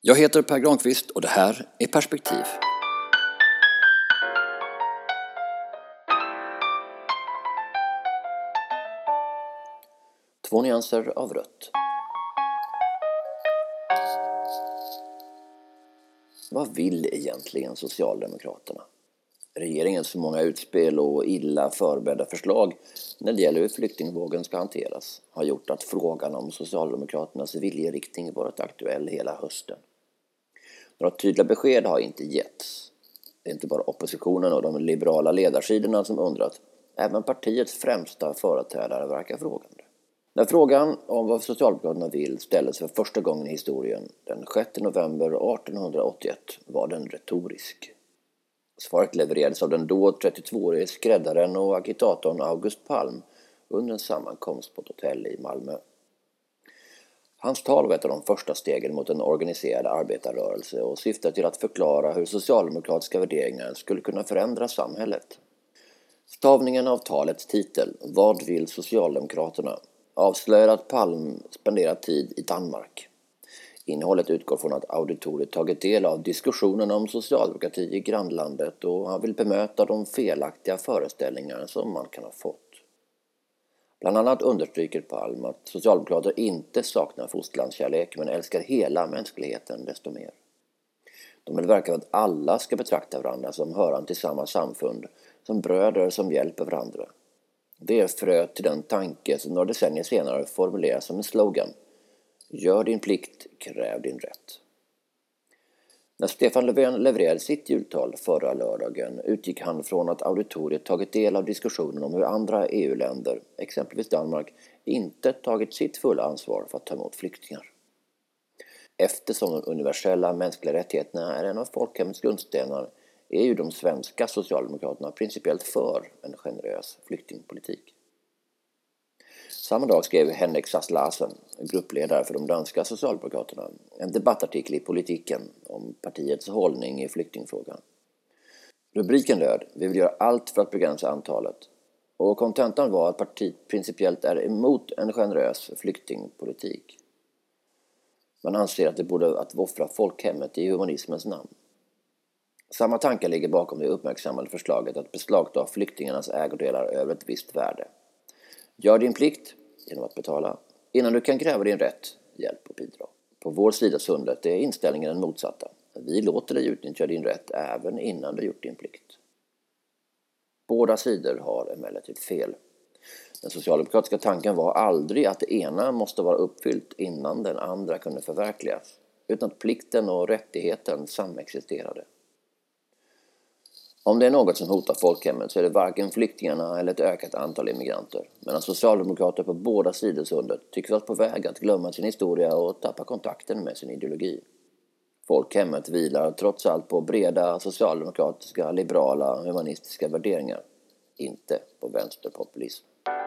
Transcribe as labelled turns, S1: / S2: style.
S1: Jag heter Per Granqvist och det här är Perspektiv. Två nyanser av rött. Vad vill egentligen Socialdemokraterna? Regeringens så många utspel och illa förberedda förslag när det gäller hur flyktingvågen ska hanteras har gjort att frågan om Socialdemokraternas viljeriktning varit aktuell hela hösten. Några tydliga besked har inte getts. Det är inte bara oppositionen och de liberala ledarsidorna som undrat. Även partiets främsta företrädare verkar frågande. När frågan om vad Socialdemokraterna vill ställdes för första gången i historien den 6 november 1881 var den retorisk. Svaret levererades av den då 32-årige skräddaren och agitatorn August Palm under en sammankomst på ett hotell i Malmö. Hans tal var ett av de första stegen mot en organiserad arbetarrörelse och syftade till att förklara hur socialdemokratiska värderingar skulle kunna förändra samhället. Stavningen av talets titel, Vad vill Socialdemokraterna?, avslöjar att Palm spenderat tid i Danmark. Innehållet utgår från att auditoriet tagit del av diskussionen om socialdemokrati i grannlandet och han vill bemöta de felaktiga föreställningar som man kan ha fått. Bland annat understryker Palm att socialdemokrater inte saknar fosterlandskärlek men älskar hela mänskligheten desto mer. De vill verka för att alla ska betrakta varandra som hörande till samma samfund, som bröder som hjälper varandra. Det är fröet till den tanke som några decennier senare formuleras som en slogan: Gör din plikt, kräv din rätt. När Stefan Löfven levererade sitt jultal förra lördagen utgick han från att auditoriet tagit del av diskussionen om hur andra EU-länder, exempelvis Danmark, inte tagit sitt fulla ansvar för att ta emot flyktingar. Eftersom de universella mänskliga rättigheterna är en av folkhemmets grundstenar är ju de svenska socialdemokraterna principiellt för en generös flyktingpolitik. Samma dag skrev Henrik Sass Larsen, gruppledare för de danska socialdemokraterna, en debattartikel i Politiken om partiets hållning i flyktingfrågan. Rubriken löd: Vi vill göra allt för att begränsa antalet. Och kontentan var att partiet principiellt är emot en generös flyktingpolitik. Man anser att det borde att offra folkhemmet i humanismens namn. Samma tankar ligger bakom det uppmärksammade förslaget att beslagta flyktingarnas ägodelar över ett visst värde. Gör din plikt genom att betala innan du kan kräva din rätt, hjälp och bidrag. På vår sida sundet är inställningen den motsatta. Vi låter dig utnyttja din rätt även innan du gjort din plikt. Båda sidor har emellertid fel. Den socialdemokratiska tanken var aldrig att det ena måste vara uppfyllt innan den andra kunde förverkligas, utan att plikten och rättigheten samexisterade. Om det är något som hotar folkhemmet så är det varken flyktingarna eller ett ökat antal immigranter. Medan socialdemokrater på båda sidor sundet tycks vara på väg att glömma sin historia och tappa kontakten med sin ideologi. Folkhemmet vilar trots allt på breda socialdemokratiska, liberala, humanistiska värderingar. Inte på vänsterpopulism.